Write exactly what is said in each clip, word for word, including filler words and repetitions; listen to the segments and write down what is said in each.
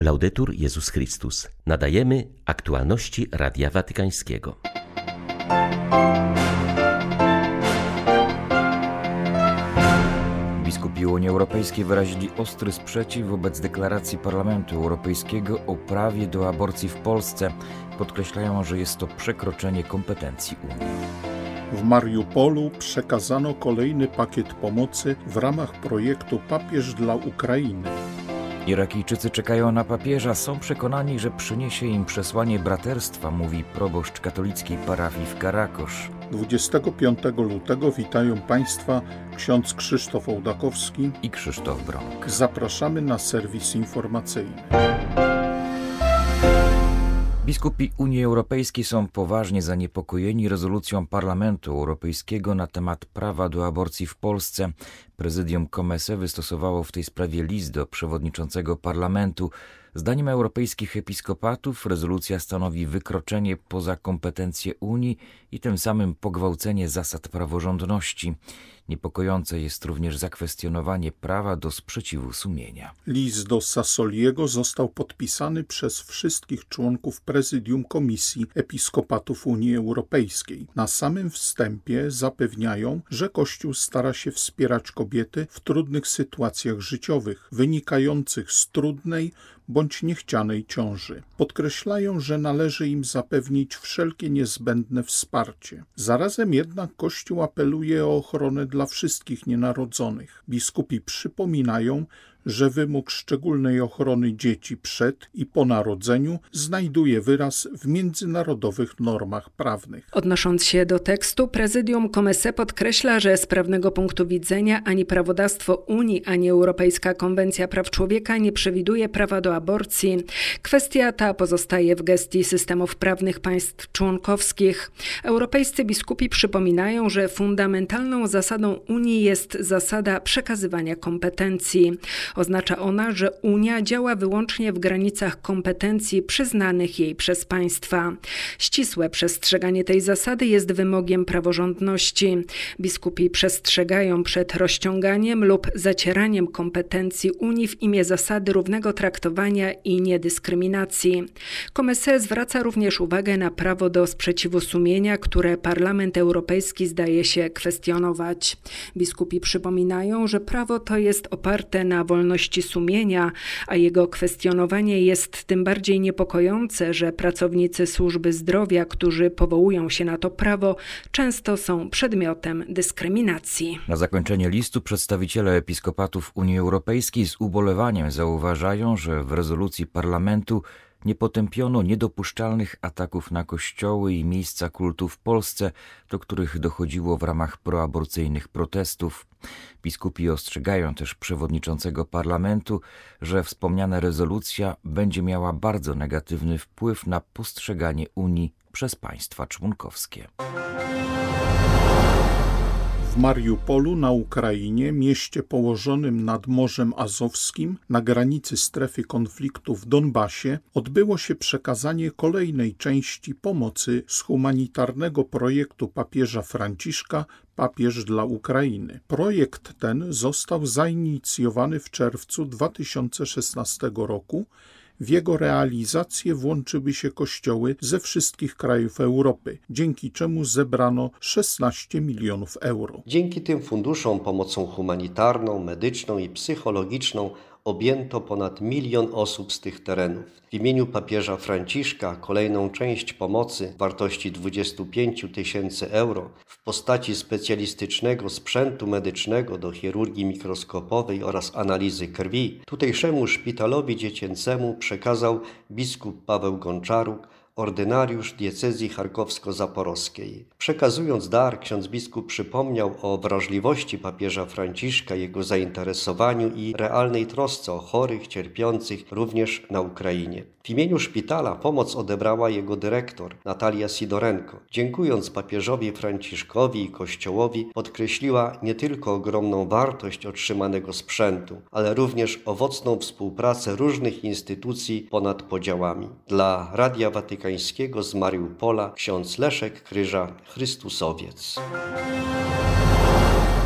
Laudetur Jezus Chrystus. Nadajemy aktualności Radia Watykańskiego. Biskupi Unii Europejskiej wyrazili ostry sprzeciw wobec deklaracji Parlamentu Europejskiego o prawie do aborcji w Polsce. Podkreślają, że jest to przekroczenie kompetencji Unii. W Mariupolu przekazano kolejny pakiet pomocy w ramach projektu Papież dla Ukrainy. Irakijczycy czekają na papieża, są przekonani, że przyniesie im przesłanie braterstwa, mówi proboszcz katolickiej parafii w Karakosz. dwudziestego piątego lutego witają Państwa ksiądz Krzysztof Ołdakowski i Krzysztof Bronk. Zapraszamy na serwis informacyjny. Biskupi Unii Europejskiej są poważnie zaniepokojeni rezolucją Parlamentu Europejskiego na temat prawa do aborcji w Polsce. Prezydium COMECE wystosowało w tej sprawie list do przewodniczącego Parlamentu. Zdaniem europejskich episkopatów rezolucja stanowi wykroczenie poza kompetencje Unii i tym samym pogwałcenie zasad praworządności. Niepokojące jest również zakwestionowanie prawa do sprzeciwu sumienia. List do Sassoliego został podpisany przez wszystkich członków prezydium Komisji Episkopatów Unii Europejskiej. Na samym wstępie zapewniają, że Kościół stara się wspierać kobiety w trudnych sytuacjach życiowych, wynikających z trudnej bądź niechcianej ciąży. Podkreślają, że należy im zapewnić wszelkie niezbędne wsparcie. Zarazem jednak Kościół apeluje o ochronę dla wszystkich nienarodzonych. Biskupi przypominają, że wymóg szczególnej ochrony dzieci przed i po narodzeniu znajduje wyraz w międzynarodowych normach prawnych. Odnosząc się do tekstu, prezydium COMECE podkreśla, że z prawnego punktu widzenia ani prawodawstwo Unii, ani Europejska Konwencja Praw Człowieka nie przewiduje prawa do aborcji. Kwestia ta pozostaje w gestii systemów prawnych państw członkowskich. Europejscy biskupi przypominają, że fundamentalną zasadą Unii jest zasada przekazywania kompetencji. Oznacza ona, że Unia działa wyłącznie w granicach kompetencji przyznanych jej przez państwa. Ścisłe przestrzeganie tej zasady jest wymogiem praworządności. Biskupi przestrzegają przed rozciąganiem lub zacieraniem kompetencji Unii w imię zasady równego traktowania i niedyskryminacji. COMECE zwraca również uwagę na prawo do sprzeciwu sumienia, które Parlament Europejski zdaje się kwestionować. Biskupi przypominają, że prawo to jest oparte na wolności sumienia, a jego kwestionowanie jest tym bardziej niepokojące, że pracownicy służby zdrowia, którzy powołują się na to prawo, często są przedmiotem dyskryminacji. Na zakończenie listu przedstawiciele episkopatów Unii Europejskiej z ubolewaniem zauważają, że w rezolucji Parlamentu nie potępiono niedopuszczalnych ataków na kościoły i miejsca kultu w Polsce, do których dochodziło w ramach proaborcyjnych protestów. Biskupi ostrzegają też przewodniczącego Parlamentu, że wspomniana rezolucja będzie miała bardzo negatywny wpływ na postrzeganie Unii przez państwa członkowskie. W Mariupolu na Ukrainie, mieście położonym nad Morzem Azowskim, na granicy strefy konfliktu w Donbasie, odbyło się przekazanie kolejnej części pomocy z humanitarnego projektu papieża Franciszka Papież dla Ukrainy. Projekt ten został zainicjowany w czerwcu dwa tysiące szesnastego roku. W jego realizację włączyły się kościoły ze wszystkich krajów Europy, dzięki czemu zebrano szesnaście milionów euro. Dzięki tym funduszom pomocą humanitarną, medyczną i psychologiczną objęto ponad milion osób z tych terenów. W imieniu papieża Franciszka kolejną część pomocy w wartości dwadzieścia pięć tysięcy euro w postaci specjalistycznego sprzętu medycznego do chirurgii mikroskopowej oraz analizy krwi tutejszemu szpitalowi dziecięcemu przekazał biskup Paweł Gonczaruk, ordynariusz diecezji charkowsko-zaporowskiej. Przekazując dar, ksiądz biskup przypomniał o wrażliwości papieża Franciszka, jego zainteresowaniu i realnej trosce o chorych, cierpiących również na Ukrainie. W imieniu szpitala pomoc odebrała jego dyrektor, Natalia Sidorenko. Dziękując papieżowi Franciszkowi i Kościołowi, podkreśliła nie tylko ogromną wartość otrzymanego sprzętu, ale również owocną współpracę różnych instytucji ponad podziałami. Dla Radia Watykańskiego z Mariupola ksiądz Leszek Kryża, Chrystusowiec.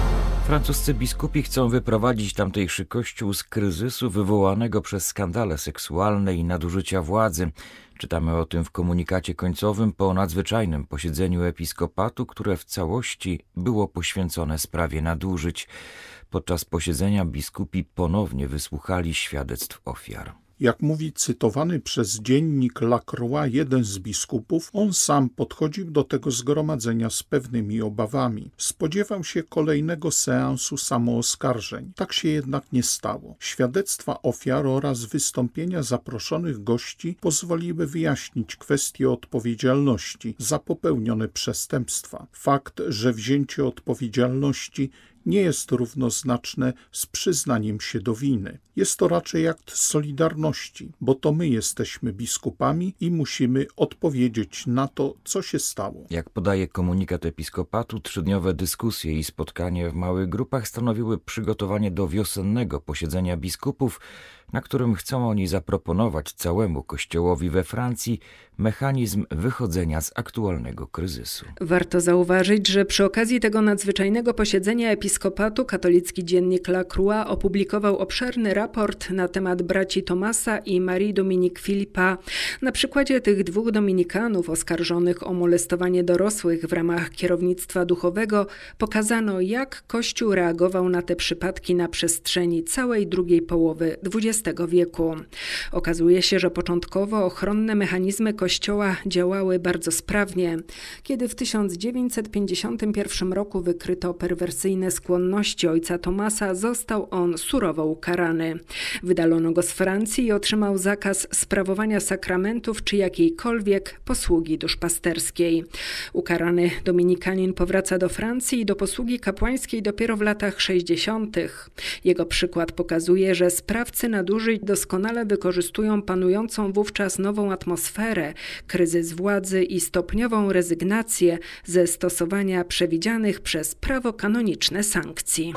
Francuscy biskupi chcą wyprowadzić tamtejszy kościół z kryzysu wywołanego przez skandale seksualne i nadużycia władzy. Czytamy o tym w komunikacie końcowym po nadzwyczajnym posiedzeniu episkopatu, które w całości było poświęcone sprawie nadużyć. Podczas posiedzenia biskupi ponownie wysłuchali świadectw ofiar. Jak mówi cytowany przez dziennik La Croix jeden z biskupów, on sam podchodził do tego zgromadzenia z pewnymi obawami. Spodziewał się kolejnego seansu samooskarżeń. Tak się jednak nie stało. Świadectwa ofiar oraz wystąpienia zaproszonych gości pozwoliły wyjaśnić kwestię odpowiedzialności za popełnione przestępstwa. Fakt, że wzięcie odpowiedzialności nie jest równoznaczne z przyznaniem się do winy. Jest to raczej akt solidarności, bo to my jesteśmy biskupami i musimy odpowiedzieć na to, co się stało. Jak podaje komunikat episkopatu, trzydniowe dyskusje i spotkanie w małych grupach stanowiły przygotowanie do wiosennego posiedzenia biskupów, na którym chcą oni zaproponować całemu Kościołowi we Francji mechanizm wychodzenia z aktualnego kryzysu. Warto zauważyć, że przy okazji tego nadzwyczajnego posiedzenia episkopatu katolicki dziennik La Croix opublikował obszerny raport na temat braci Tomasa i Marii Dominique Philippa. Na przykładzie tych dwóch dominikanów oskarżonych o molestowanie dorosłych w ramach kierownictwa duchowego pokazano, jak Kościół reagował na te przypadki na przestrzeni całej drugiej połowy dwudziestego wieku. Okazuje się, że początkowo ochronne mechanizmy Kościoła działały bardzo sprawnie. Kiedy w tysiąc dziewięćset pięćdziesiątym pierwszym roku wykryto perwersyjne skłonności ojca Tomasa, został on surowo ukarany. Wydalono go z Francji i otrzymał zakaz sprawowania sakramentów czy jakiejkolwiek posługi duszpasterskiej. Ukarany dominikanin powraca do Francji i do posługi kapłańskiej dopiero w latach sześćdziesiątych. Jego przykład pokazuje, że sprawcy nadużyć doskonale wykorzystują panującą wówczas nową atmosferę, kryzys władzy i stopniową rezygnację ze stosowania przewidzianych przez prawo kanoniczne sankcji.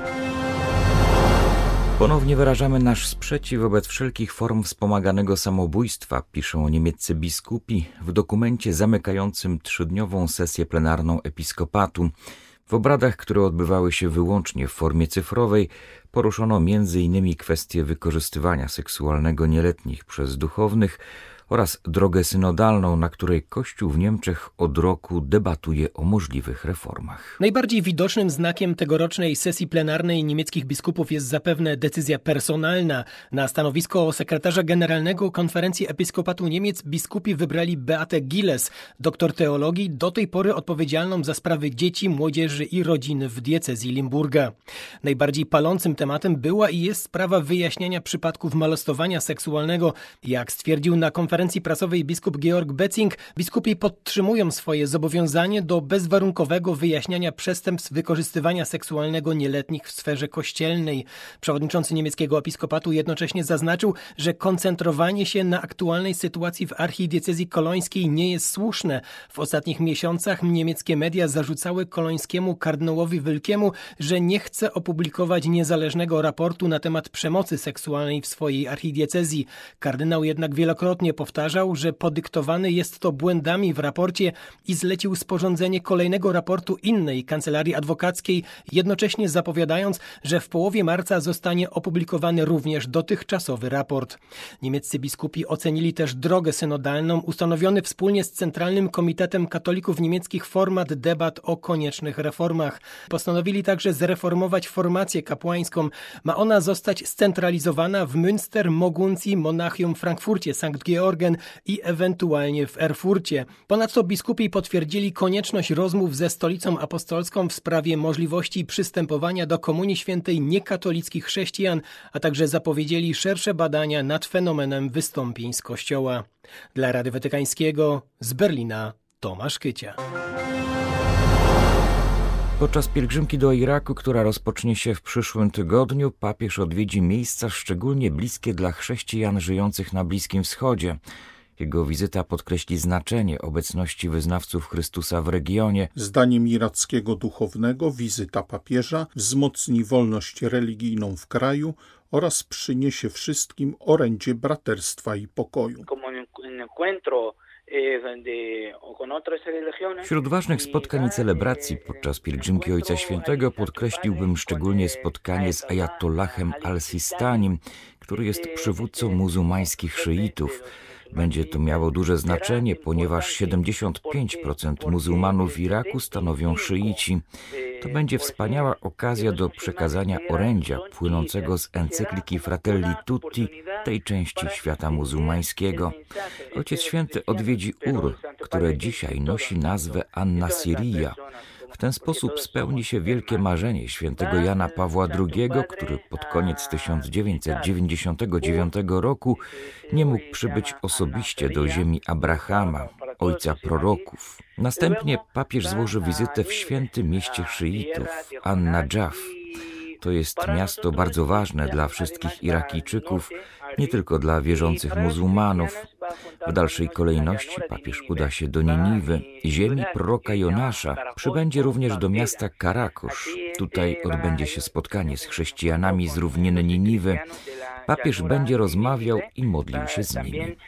Ponownie wyrażamy nasz sprzeciw wobec wszelkich form wspomaganego samobójstwa, piszą niemieccy biskupi w dokumencie zamykającym trzydniową sesję plenarną episkopatu. W obradach, które odbywały się wyłącznie w formie cyfrowej, poruszono między innymi kwestię wykorzystywania seksualnego nieletnich przez duchownych oraz drogę synodalną, na której Kościół w Niemczech od roku debatuje o możliwych reformach. Najbardziej widocznym znakiem tegorocznej sesji plenarnej niemieckich biskupów jest zapewne decyzja personalna. Na stanowisko sekretarza generalnego Konferencji Episkopatu Niemiec biskupi wybrali Beatę Gilles, doktor teologii, do tej pory odpowiedzialną za sprawy dzieci, młodzieży i rodziny w diecezji Limburga. Najbardziej palącym tematem była i jest sprawa wyjaśniania przypadków molestowania seksualnego. Jak stwierdził na konferencji prasowej biskup Georg Betzing, biskupi podtrzymują swoje zobowiązanie do bezwarunkowego wyjaśniania przestępstw wykorzystywania seksualnego nieletnich w sferze kościelnej. Przewodniczący niemieckiego episkopatu jednocześnie zaznaczył, że koncentrowanie się na aktualnej sytuacji w archidiecezji kolońskiej nie jest słuszne. W ostatnich miesiącach niemieckie media zarzucały kolońskiemu kardynałowi Wylkiemu, że nie chce opublikować niezależnego raportu na temat przemocy seksualnej w swojej archidiecezji. Kardynał jednak wielokrotnie powtarzał, że podyktowany jest to błędami w raporcie i zlecił sporządzenie kolejnego raportu innej kancelarii adwokackiej, jednocześnie zapowiadając, że w połowie marca zostanie opublikowany również dotychczasowy raport. Niemieccy biskupi ocenili też drogę synodalną, ustanowiony wspólnie z Centralnym Komitetem Katolików Niemieckich format debat o koniecznych reformach. Postanowili także zreformować formację kapłańską. Ma ona zostać scentralizowana w Münster, Moguncji, Monachium, Frankfurcie, Sankt Georgen i ewentualnie w Erfurcie. Ponadto biskupi potwierdzili konieczność rozmów ze Stolicą Apostolską w sprawie możliwości przystępowania do Komunii Świętej niekatolickich chrześcijan, a także zapowiedzieli szersze badania nad fenomenem wystąpień z Kościoła. Dla Rady Watykańskiego z Berlina Tomasz Kycia. Podczas pielgrzymki do Iraku, która rozpocznie się w przyszłym tygodniu, papież odwiedzi miejsca szczególnie bliskie dla chrześcijan żyjących na Bliskim Wschodzie. Jego wizyta podkreśli znaczenie obecności wyznawców Chrystusa w regionie. Zdaniem irackiego duchownego wizyta papieża wzmocni wolność religijną w kraju oraz przyniesie wszystkim orędzie braterstwa i pokoju. Wśród ważnych spotkań i celebracji podczas pielgrzymki Ojca Świętego podkreśliłbym szczególnie spotkanie z ajatollahem al-Sistanim, który jest przywódcą muzułmańskich szyitów. Będzie to miało duże znaczenie, ponieważ siedemdziesiąt pięć procent muzułmanów w Iraku stanowią szyici. To będzie wspaniała okazja do przekazania orędzia płynącego z encykliki Fratelli Tutti tej części świata muzułmańskiego. Ojciec Święty odwiedzi Ur, które dzisiaj nosi nazwę An-Nasiriyya. W ten sposób spełni się wielkie marzenie świętego Jana Pawła drugiego, który pod koniec tysiąc dziewięćset dziewięćdziesiątego dziewiątego roku nie mógł przybyć osobiście do ziemi Abrahama, ojca proroków. Następnie papież złoży wizytę w świętym mieście szyitów, An-Nadżaf. To jest miasto bardzo ważne dla wszystkich Irakijczyków, nie tylko dla wierzących muzułmanów. W dalszej kolejności papież uda się do Niniwy, ziemi proroka Jonasza. Przybędzie również do miasta Karakosz. Tutaj odbędzie się spotkanie z chrześcijanami z równiny Niniwy. Papież będzie rozmawiał i modlił się z nimi.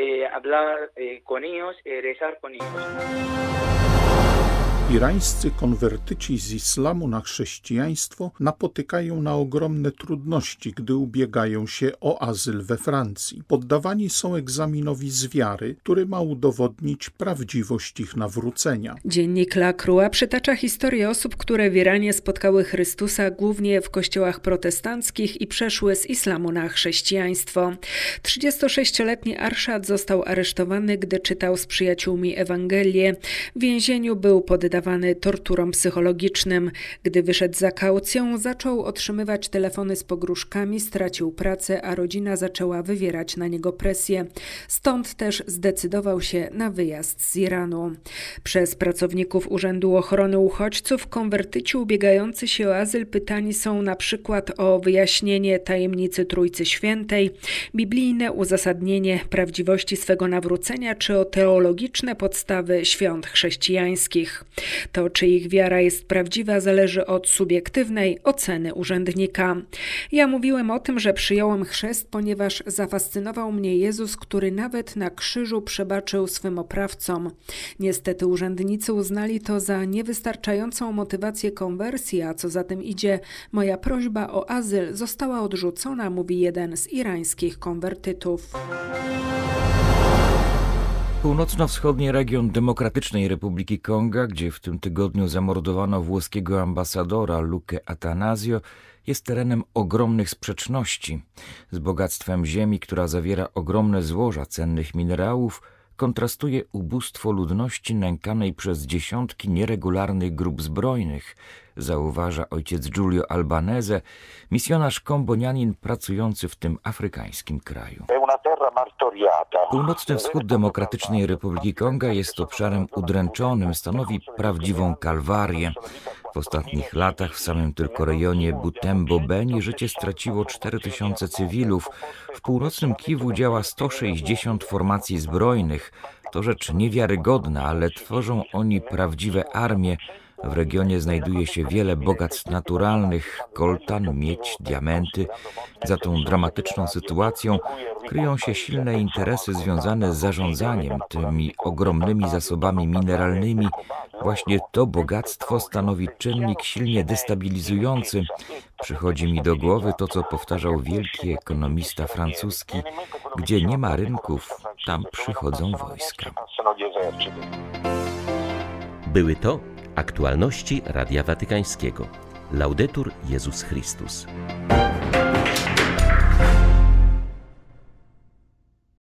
Irańscy konwertyci z islamu na chrześcijaństwo napotykają na ogromne trudności, gdy ubiegają się o azyl we Francji. Poddawani są egzaminowi z wiary, który ma udowodnić prawdziwość ich nawrócenia. Dziennik La Croix przytacza historię osób, które w Iranie spotkały Chrystusa głównie w kościołach protestanckich i przeszły z islamu na chrześcijaństwo. trzydziestosześcioletni Arshad został aresztowany, gdy czytał z przyjaciółmi Ewangelię. W więzieniu był poddawany torturom psychologicznym. Gdy wyszedł za kaucją, zaczął otrzymywać telefony z pogróżkami, stracił pracę, a rodzina zaczęła wywierać na niego presję. Stąd też zdecydował się na wyjazd z Iranu. Przez pracowników Urzędu Ochrony Uchodźców konwertyci ubiegający się o azyl pytani są na przykład o wyjaśnienie tajemnicy Trójcy Świętej, biblijne uzasadnienie prawdziwości swego nawrócenia czy o teologiczne podstawy świąt chrześcijańskich. To, czy ich wiara jest prawdziwa, zależy od subiektywnej oceny urzędnika. Ja mówiłem o tym, że przyjąłem chrzest, ponieważ zafascynował mnie Jezus, który nawet na krzyżu przebaczył swym oprawcom. Niestety urzędnicy uznali to za niewystarczającą motywację konwersji, a co za tym idzie, moja prośba o azyl została odrzucona, mówi jeden z irańskich konwertytów. Północno-wschodni region Demokratycznej Republiki Konga, gdzie w tym tygodniu zamordowano włoskiego ambasadora Lukę Atanasio, jest terenem ogromnych sprzeczności. Z bogactwem ziemi, która zawiera ogromne złoża cennych minerałów, kontrastuje ubóstwo ludności nękanej przez dziesiątki nieregularnych grup zbrojnych, zauważa ojciec Giulio Albanese, misjonarz kombonianin pracujący w tym afrykańskim kraju. Północny wschód Demokratycznej Republiki Konga jest obszarem udręczonym, stanowi prawdziwą kalwarię. W ostatnich latach w samym tylko rejonie Butembo-Beni życie straciło cztery tysiące cywilów. W północnym Kiwu działa sto sześćdziesiąt formacji zbrojnych. To rzecz niewiarygodna, ale tworzą oni prawdziwe armie. W regionie znajduje się wiele bogactw naturalnych, koltan, miedź, diamenty. Za tą dramatyczną sytuacją kryją się silne interesy związane z zarządzaniem tymi ogromnymi zasobami mineralnymi. Właśnie to bogactwo stanowi czynnik silnie destabilizujący. Przychodzi mi do głowy to, co powtarzał wielki ekonomista francuski: gdzie nie ma rynków, tam przychodzą wojska. Były to aktualności Radia Watykańskiego. Laudetur Jezus Chrystus.